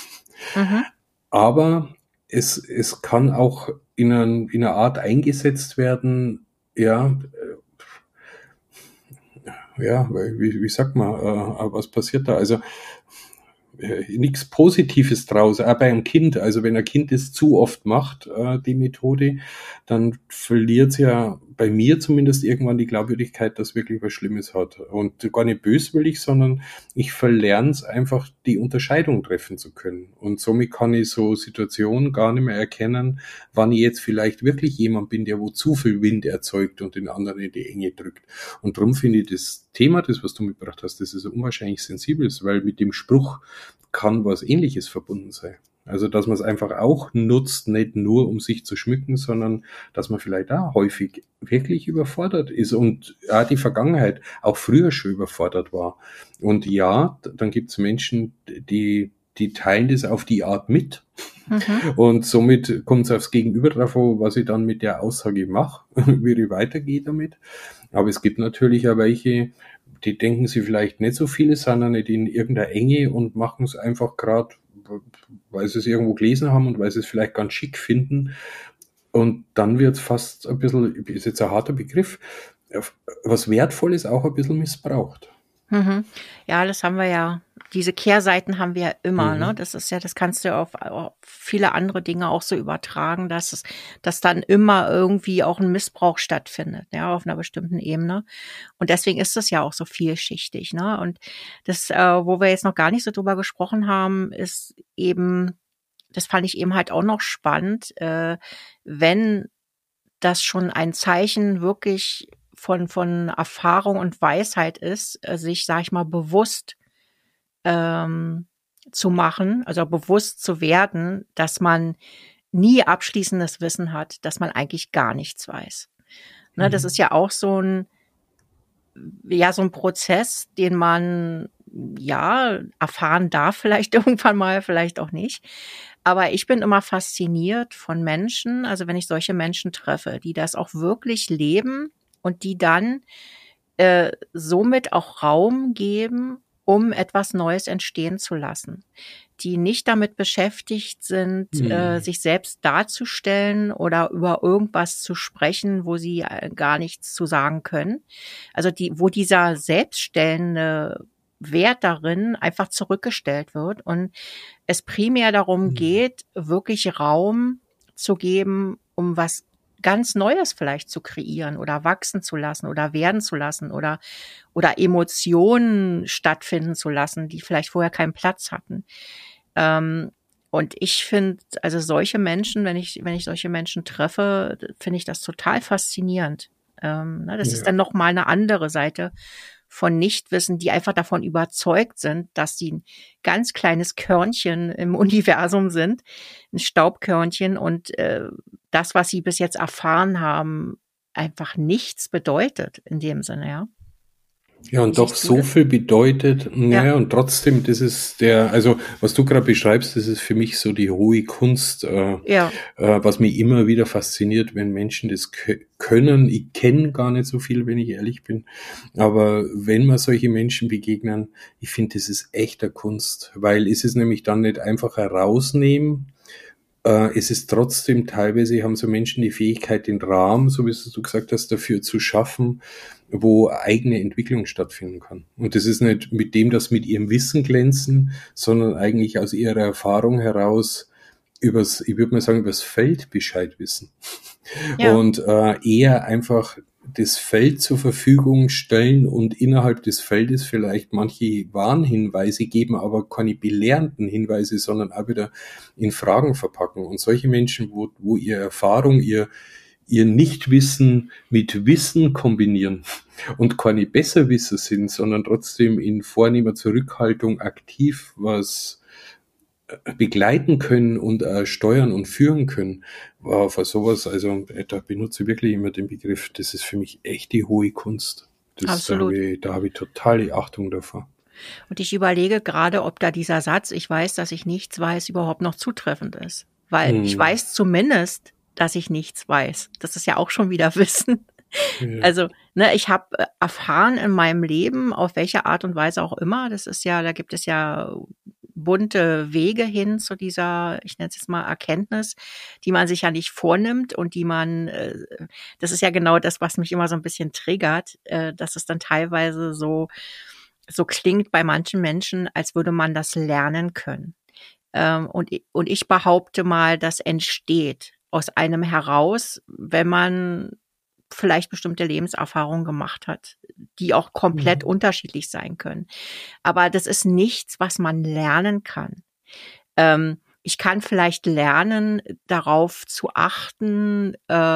aber es kann auch in einer Art eingesetzt werden, wie sagt man, was passiert da? Also nichts Positives draus, auch bei einem Kind. Also wenn ein Kind es zu oft macht, die Methode, dann verliert es ja bei mir zumindest irgendwann die Glaubwürdigkeit, dass wirklich was Schlimmes hat. Und gar nicht böswillig, sondern ich verlerne es einfach, die Unterscheidung treffen zu können. Und somit kann ich so Situationen gar nicht mehr erkennen, wann ich jetzt vielleicht wirklich jemand bin, der wo zu viel Wind erzeugt und den anderen in die Enge drückt. Und darum finde ich das Thema, das was du mitgebracht hast, das ist unwahrscheinlich sensibel, weil mit dem Spruch kann was Ähnliches verbunden sein. Also, dass man es einfach auch nutzt, nicht nur um sich zu schmücken, sondern dass man vielleicht auch häufig wirklich überfordert ist und ja, die Vergangenheit auch früher schon überfordert war. Und ja, dann gibt es Menschen, die teilen das auf die Art mit. Und somit kommt es aufs Gegenüber drauf, was ich dann mit der Aussage mache, wie ich weitergehe damit. Aber es gibt natürlich auch welche, die denken sie vielleicht nicht so viele, sondern nicht in irgendeiner Enge und machen es einfach gerade, weil sie es irgendwo gelesen haben und weil sie es vielleicht ganz schick finden. Und dann wird es fast ein bisschen, ist jetzt ein harter Begriff, was Wertvolles auch ein bisschen missbraucht. Ja, das haben wir ja. Diese Kehrseiten haben wir ja immer, ne? Das ist ja, das kannst du auf viele andere Dinge auch so übertragen, dass dann immer irgendwie auch ein Missbrauch stattfindet, ja, auf einer bestimmten Ebene. Und deswegen ist es ja auch so vielschichtig, ne? Und das, wo wir jetzt noch gar nicht so drüber gesprochen haben, ist eben, das fand ich eben halt auch noch spannend, wenn das schon ein Zeichen wirklich von Erfahrung und Weisheit ist, sich, sag ich mal, bewusst zu machen, also bewusst zu werden, dass man nie abschließendes Wissen hat, dass man eigentlich gar nichts weiß. Ne, das ist ja auch so ein Prozess, den man erfahren darf, vielleicht irgendwann mal, vielleicht auch nicht. Aber ich bin immer fasziniert von Menschen, also wenn ich solche Menschen treffe, die das auch wirklich leben und die dann somit auch Raum geben um etwas Neues entstehen zu lassen, die nicht damit beschäftigt sind, sich selbst darzustellen oder über irgendwas zu sprechen, wo sie gar nichts zu sagen können. Also wo dieser selbststellende Wert darin einfach zurückgestellt wird und es primär darum geht, wirklich Raum zu geben, um was ganz Neues vielleicht zu kreieren oder wachsen zu lassen oder werden zu lassen oder Emotionen stattfinden zu lassen, die vielleicht vorher keinen Platz hatten. Und ich finde, also solche Menschen, wenn ich solche Menschen treffe, finde ich das total faszinierend. Das ist dann noch mal eine andere Seite von Nichtwissen, die einfach davon überzeugt sind, dass sie ein ganz kleines Körnchen im Universum sind, ein Staubkörnchen und das, was sie bis jetzt erfahren haben, einfach nichts bedeutet in dem Sinne, ja. Ja, und doch so viel bedeutet, naja, und trotzdem, das ist also was du gerade beschreibst, das ist für mich so die hohe Kunst, was mich immer wieder fasziniert, wenn Menschen das können. Ich kenne gar nicht so viel, wenn ich ehrlich bin, aber wenn mir solche Menschen begegnen, ich finde, das ist echter Kunst, weil es ist nämlich dann nicht einfach herausnehmen, es ist trotzdem teilweise, haben so Menschen die Fähigkeit, den Rahmen, so wie du gesagt hast, dafür zu schaffen, wo eigene Entwicklung stattfinden kann. Und das ist nicht mit dem, dass mit ihrem Wissen glänzen, sondern eigentlich aus ihrer Erfahrung heraus ich würde mal sagen, übers Feld Bescheid wissen. Ja. Und eher einfach das Feld zur Verfügung stellen und innerhalb des Feldes vielleicht manche Warnhinweise geben, aber keine belehrenden Hinweise, sondern auch wieder in Fragen verpacken. Und solche Menschen, wo ihre Erfahrung, ihr Nichtwissen mit Wissen kombinieren und keine Besserwisser sind, sondern trotzdem in vornehmer Zurückhaltung aktiv was begleiten können und steuern und führen können, war für sowas, also da benutze ich wirklich immer den Begriff, das ist für mich echt die hohe Kunst. Absolut. Da habe ich totale Achtung davor. Und ich überlege gerade, ob da dieser Satz, ich weiß, dass ich nichts weiß, überhaupt noch zutreffend ist. Weil ich weiß zumindest, dass ich nichts weiß. Das ist ja auch schon wieder Wissen. Ja. Also, ich habe erfahren in meinem Leben, auf welche Art und Weise auch immer, da gibt es ja bunte Wege hin zu dieser, ich nenne es jetzt mal Erkenntnis, die man sich ja nicht vornimmt und die man, das ist ja genau das, was mich immer so ein bisschen triggert, dass es dann teilweise so klingt bei manchen Menschen, als würde man das lernen können. Und ich behaupte mal, das entsteht aus einem heraus, wenn man vielleicht bestimmte Lebenserfahrungen gemacht hat, die auch komplett unterschiedlich sein können. Aber das ist nichts, was man lernen kann. Ich kann vielleicht lernen, darauf zu achten,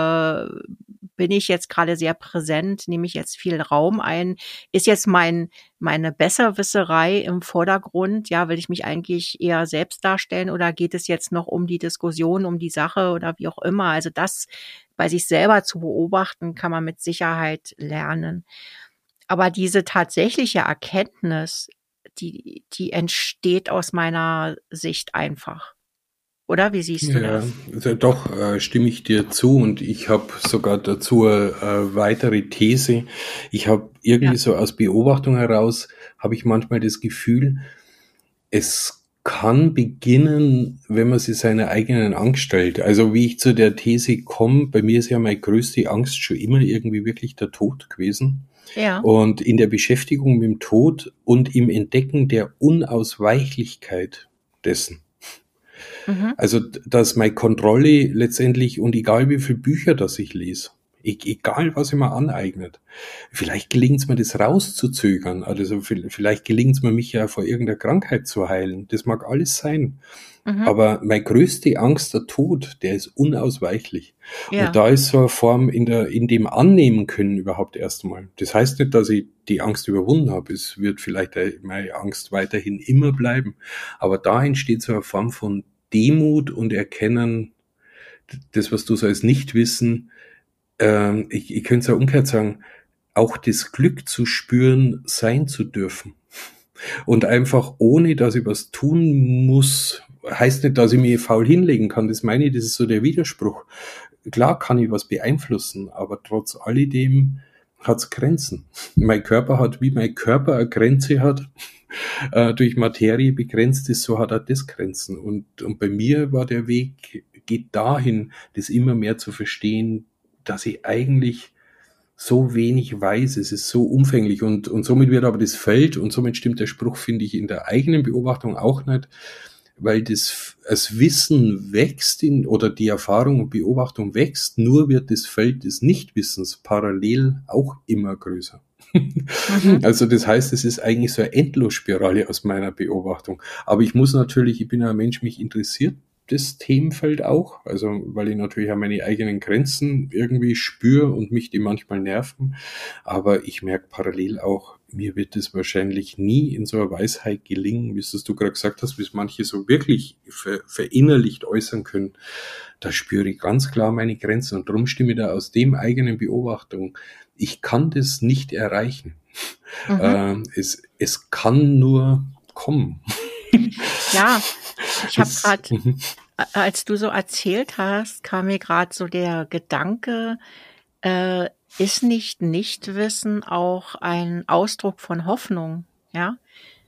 bin ich jetzt gerade sehr präsent, nehme ich jetzt viel Raum ein, ist jetzt meine Besserwisserei im Vordergrund, ja, will ich mich eigentlich eher selbst darstellen oder geht es jetzt noch um die Diskussion, um die Sache oder wie auch immer, also das bei sich selber zu beobachten, kann man mit Sicherheit lernen. Aber diese tatsächliche Erkenntnis, die entsteht aus meiner Sicht einfach. Oder wie siehst du das? Also doch, stimme ich dir zu und ich habe sogar dazu eine weitere These. Ich habe irgendwie so aus Beobachtung heraus, habe ich manchmal das Gefühl, es kann beginnen, wenn man sich seiner eigenen Angst stellt. Also wie ich zu der These komme, bei mir ist ja meine größte Angst schon immer irgendwie wirklich der Tod gewesen. Ja. Und in der Beschäftigung mit dem Tod und im Entdecken der Unausweichlichkeit dessen. Also, dass meine Kontrolle letztendlich und egal wie viele Bücher das ich lese, egal was ich mir aneignet, vielleicht gelingt es mir, das rauszuzögern, also vielleicht gelingt es mir, mich ja vor irgendeiner Krankheit zu heilen, das mag alles sein. Aber meine größte Angst, der Tod, der ist unausweichlich. Ja. Und da ist so eine Form in dem Annehmen können überhaupt erstmal. Das heißt nicht, dass ich die Angst überwunden habe. Es wird vielleicht meine Angst weiterhin immer bleiben. Aber da entsteht so eine Form von Demut und Erkennen, das, was du so als Nichtwissen, ich könnte es ja umgekehrt sagen, auch das Glück zu spüren, sein zu dürfen. Und einfach ohne, dass ich was tun muss, heißt nicht, dass ich mich faul hinlegen kann. Das meine ich, das ist so der Widerspruch. Klar kann ich was beeinflussen, aber trotz alledem hat's Grenzen. Mein Körper hat, wie mein Körper eine Grenze hat, durch Materie begrenzt ist, so hat er das Grenzen. Und bei mir war der Weg, geht dahin, das immer mehr zu verstehen, dass ich eigentlich so wenig weiß, es ist so umfänglich und somit wird aber das Feld und somit stimmt der Spruch, finde ich, in der eigenen Beobachtung auch nicht, weil das Wissen wächst oder die Erfahrung und Beobachtung wächst, nur wird das Feld des Nichtwissens parallel auch immer größer. Also das heißt, es ist eigentlich so eine Endlosspirale aus meiner Beobachtung. Aber ich bin ja ein Mensch, mich interessiert das Themenfeld auch, also weil ich natürlich auch meine eigenen Grenzen irgendwie spüre und mich die manchmal nerven, aber ich merke parallel auch, mir wird es wahrscheinlich nie in so einer Weisheit gelingen, wie es du gerade gesagt hast, wie es manche so wirklich verinnerlicht äußern können. Da spüre ich ganz klar meine Grenzen und darum stimme ich da aus dem eigenen Beobachtung, ich kann das nicht erreichen. Es kann nur kommen. Ja, ich habe gerade, als du so erzählt hast, kam mir gerade so der Gedanke, ist Nichtwissen auch ein Ausdruck von Hoffnung, ja?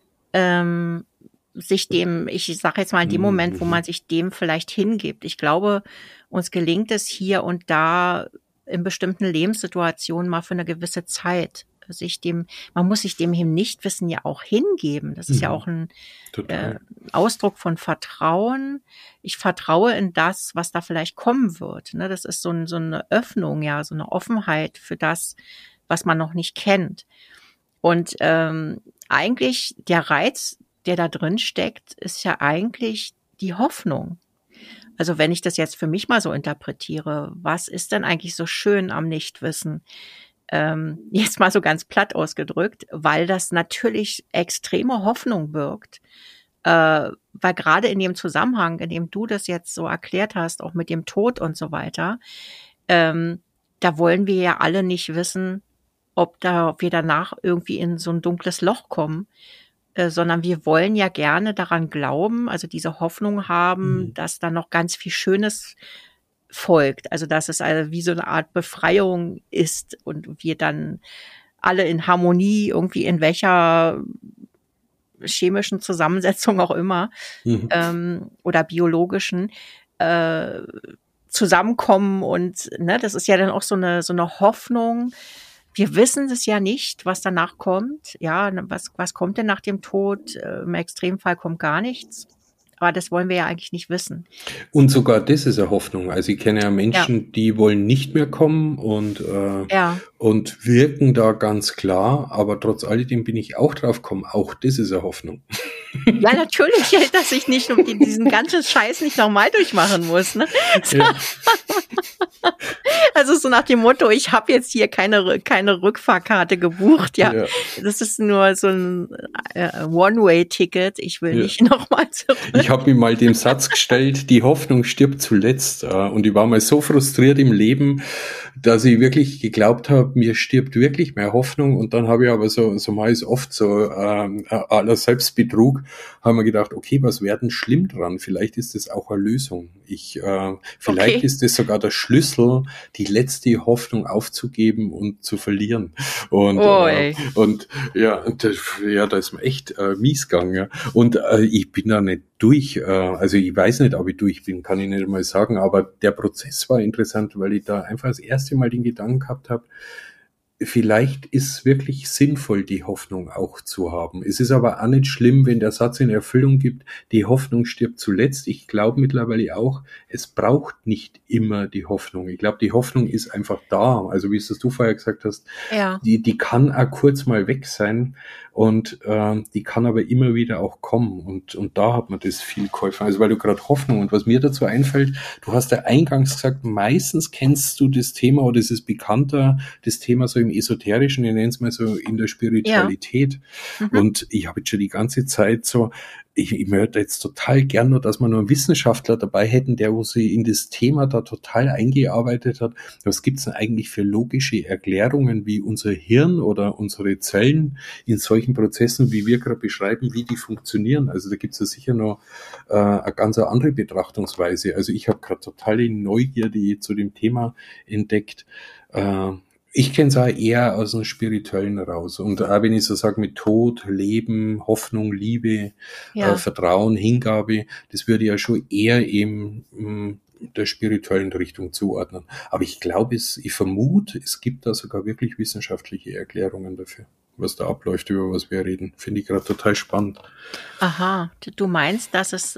Ich sage jetzt mal in dem Moment, wo man sich dem vielleicht hingibt. Ich glaube, uns gelingt es hier und da in bestimmten Lebenssituationen mal für eine gewisse Zeit man muss sich dem Nichtwissen ja auch hingeben. Das ist ja auch ein Ausdruck von Vertrauen. Ich vertraue in das, was da vielleicht kommen wird. Ne? Das ist so eine Öffnung, ja, so eine Offenheit für das, was man noch nicht kennt. Und eigentlich der Reiz, der da drin steckt, ist ja eigentlich die Hoffnung. Also wenn ich das jetzt für mich mal so interpretiere, was ist denn eigentlich so schön am Nichtwissen? Jetzt mal so ganz platt ausgedrückt, weil das natürlich extreme Hoffnung birgt, weil gerade in dem Zusammenhang, in dem du das jetzt so erklärt hast, auch mit dem Tod und so weiter, da wollen wir ja alle nicht wissen, ob wir danach irgendwie in so ein dunkles Loch kommen, sondern wir wollen ja gerne daran glauben, also diese Hoffnung haben, dass da noch ganz viel Schönes folgt, also dass es also wie so eine Art Befreiung ist und wir dann alle in Harmonie irgendwie in welcher chemischen Zusammensetzung auch immer oder biologischen zusammenkommen und ne, das ist ja dann auch so eine Hoffnung. Wir wissen es ja nicht, was danach kommt. Ja, was kommt denn nach dem Tod? Im Extremfall kommt gar nichts. Aber das wollen wir ja eigentlich nicht wissen. Und sogar das ist eine Hoffnung. Also ich kenne ja Menschen, die wollen nicht mehr kommen und wirken da ganz klar. Aber trotz alledem bin ich auch drauf gekommen. Auch das ist eine Hoffnung. Ja, natürlich, dass ich nicht diesen ganzen Scheiß nicht nochmal durchmachen muss. Ne? Ja. Also so nach dem Motto, ich habe jetzt hier keine Rückfahrkarte gebucht. Ja, das ist nur so ein One-Way-Ticket. Ich will nicht nochmal zurück. Ich habe mir mal dem Satz gestellt, die Hoffnung stirbt zuletzt. Und ich war mal so frustriert im Leben, dass ich wirklich geglaubt habe, mir stirbt wirklich mehr Hoffnung. Und dann habe ich aber so mal ist oft so aller Selbstbetrug, haben wir gedacht, okay, was wäre denn schlimm dran? Vielleicht ist das auch eine Lösung. Vielleicht ist das sogar der Schlüssel, die letzte Hoffnung aufzugeben und zu verlieren. Und da ist mir echt mies gegangen. Ja. Und ich bin da nicht durch. Also ich weiß nicht, ob ich durch bin, kann ich nicht mal sagen. Aber der Prozess war interessant, weil ich da einfach das erste Mal den Gedanken gehabt habe, vielleicht ist wirklich sinnvoll, die Hoffnung auch zu haben. Es ist aber auch nicht schlimm, wenn der Satz in Erfüllung gibt, die Hoffnung stirbt zuletzt. Ich glaube mittlerweile auch, es braucht nicht immer die Hoffnung. Ich glaube, die Hoffnung ist einfach da. Also wie es du vorher gesagt hast, die kann auch kurz mal weg sein und die kann aber immer wieder auch kommen. Und da hat man das viel geholfen. Also weil du gerade Hoffnung und was mir dazu einfällt, du hast ja eingangs gesagt, meistens kennst du das Thema oder es ist bekannter, das Thema so im Esoterischen, ich nenne es mal so in der Spiritualität. Und ich habe jetzt schon die ganze Zeit so, ich möchte jetzt total gern nur, dass wir nur einen Wissenschaftler dabei hätten, der wo sie in das Thema da total eingearbeitet hat. Was gibt's denn eigentlich für logische Erklärungen, wie unser Hirn oder unsere Zellen in solchen Prozessen, wie wir gerade beschreiben, wie die funktionieren? Also da gibt's ja sicher noch eine ganz andere Betrachtungsweise. Also ich habe gerade totale Neugierde zu dem Thema entdeckt. Ich kenne es auch eher aus dem Spirituellen raus. Und auch wenn ich so sage, mit Tod, Leben, Hoffnung, Liebe, Vertrauen, Hingabe, das würde ja schon eher eben der spirituellen Richtung zuordnen. Aber ich glaube, ich vermute, es gibt da sogar wirklich wissenschaftliche Erklärungen dafür, was da abläuft, über was wir reden. Finde ich gerade total spannend. Aha, du meinst, dass es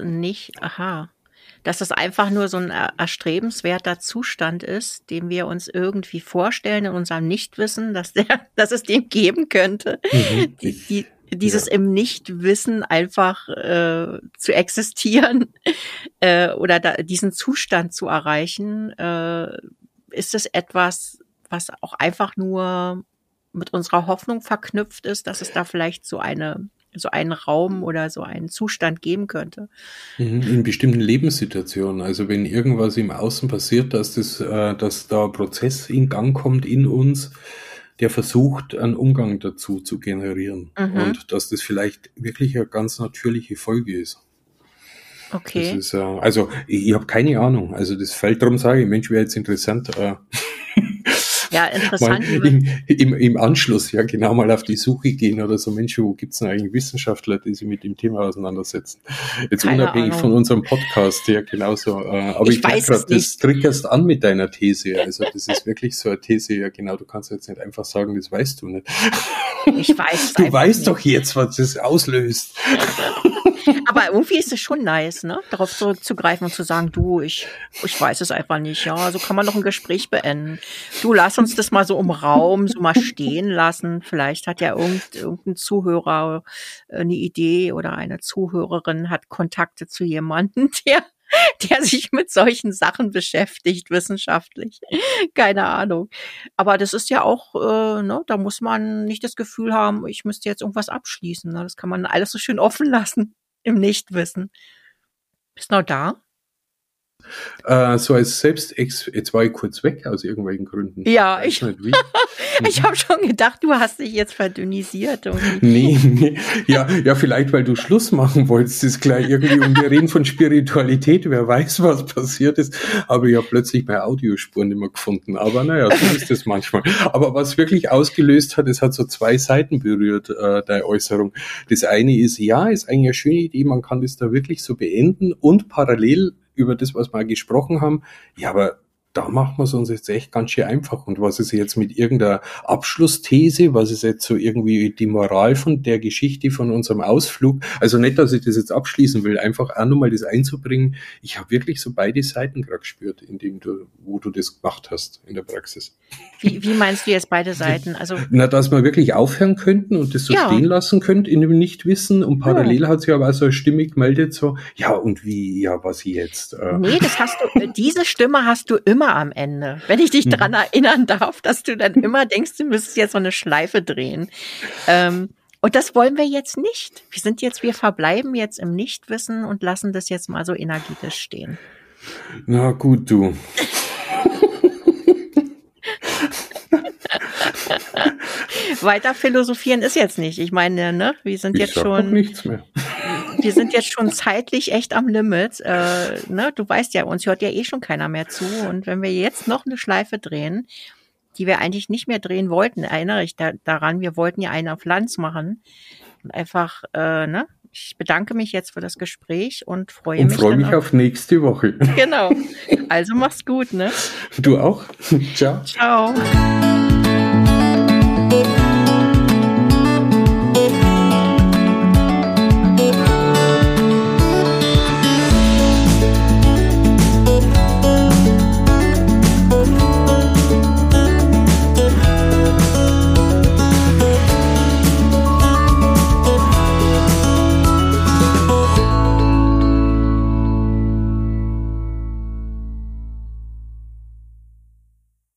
einfach nur so ein erstrebenswerter Zustand ist, den wir uns irgendwie vorstellen in unserem Nichtwissen, dass es den geben könnte. Dieses im Nichtwissen einfach zu existieren oder diesen Zustand zu erreichen, ist es etwas, was auch einfach nur mit unserer Hoffnung verknüpft ist, dass es da vielleicht so einen Raum oder so einen Zustand geben könnte. In bestimmten Lebenssituationen, also wenn irgendwas im Außen passiert, dass da ein Prozess in Gang kommt in uns, der versucht, einen Umgang dazu zu generieren. Und dass das vielleicht wirklich eine ganz natürliche Folge ist. Okay. Das ist, also ich habe keine Ahnung. Also das fällt, darum sage ich, Mensch, wäre jetzt interessant. Ja, interessant. Im Anschluss genau mal auf die Suche gehen oder so, Mensch, wo gibt's denn eigentlich Wissenschaftler, die sich mit dem Thema auseinandersetzen? Jetzt keine unabhängig Ahnung. Von unserem Podcast, ja genauso. Aber ich weiß gerade, das triggerst an mit deiner These. Also das ist wirklich so eine These, ja genau, du kannst jetzt nicht einfach sagen, das weißt du nicht. Ich weiß Du weißt doch jetzt, was das auslöst. Aber irgendwie ist es schon nice, ne? Darauf zurückzugreifen und zu sagen, du, ich weiß es einfach nicht. Ja, so kann man doch ein Gespräch beenden. Du, lass uns das mal so im Raum so mal stehen lassen. Vielleicht hat ja irgendein Zuhörer eine Idee oder eine Zuhörerin hat Kontakte zu jemandem, der sich mit solchen Sachen beschäftigt, wissenschaftlich. Keine Ahnung. Aber das ist ja auch, ne, da muss man nicht das Gefühl haben, ich müsste jetzt irgendwas abschließen. Ne? Das kann man alles so schön offen lassen. Im Nichtwissen. Bist du noch da? So als jetzt war ich kurz weg aus irgendwelchen Gründen. Ja, ich habe schon gedacht, du hast dich jetzt verdünnisiert. Nee. Ja, vielleicht, weil du Schluss machen wolltest, ist gleich irgendwie, und wir reden von Spiritualität, wer weiß, was passiert ist, aber ich habe plötzlich meine Audiospuren nicht mehr gefunden. Aber naja, so ist es manchmal. Aber was wirklich ausgelöst hat, es hat so zwei Seiten berührt, deine Äußerung. Das eine ist, ja, ist eigentlich eine schöne Idee, man kann das da wirklich so beenden und parallel über das, was wir gesprochen haben, ja, aber da machen wir es uns jetzt echt ganz schön einfach. Und was ist jetzt mit irgendeiner Abschlussthese? Was ist jetzt so irgendwie die Moral von der Geschichte von unserem Ausflug? Also nicht, dass ich das jetzt abschließen will, einfach auch nochmal das einzubringen. Ich habe wirklich so beide Seiten gerade gespürt, wo du das gemacht hast in der Praxis. Wie meinst du jetzt beide Seiten? Also dass wir wirklich aufhören könnten und das so stehen lassen könnten in dem Nichtwissen. Und parallel hat sich aber auch so eine Stimme gemeldet, so, ja, und wie, ja, was jetzt? Nee, diese Stimme hast du immer am Ende. Wenn ich dich daran erinnern darf, dass du dann immer denkst, du müsstest jetzt so eine Schleife drehen. Und das wollen wir jetzt nicht. Wir verbleiben jetzt im Nichtwissen und lassen das jetzt mal so energetisch stehen. Na gut, du. Weiter philosophieren ist jetzt nicht. Ich meine, ne, wir sind jetzt schon nichts mehr. Wir sind jetzt schon zeitlich echt am Limit. Ne, du weißt ja, uns hört ja eh schon keiner mehr zu. Und wenn wir jetzt noch eine Schleife drehen, die wir eigentlich nicht mehr drehen wollten, erinnere ich daran, wir wollten ja einen auf Lanz machen. Und einfach, ne, ich bedanke mich jetzt für das Gespräch und freue mich auf nächste Woche. Genau. Also mach's gut, ne? Du auch. Ciao. Ciao.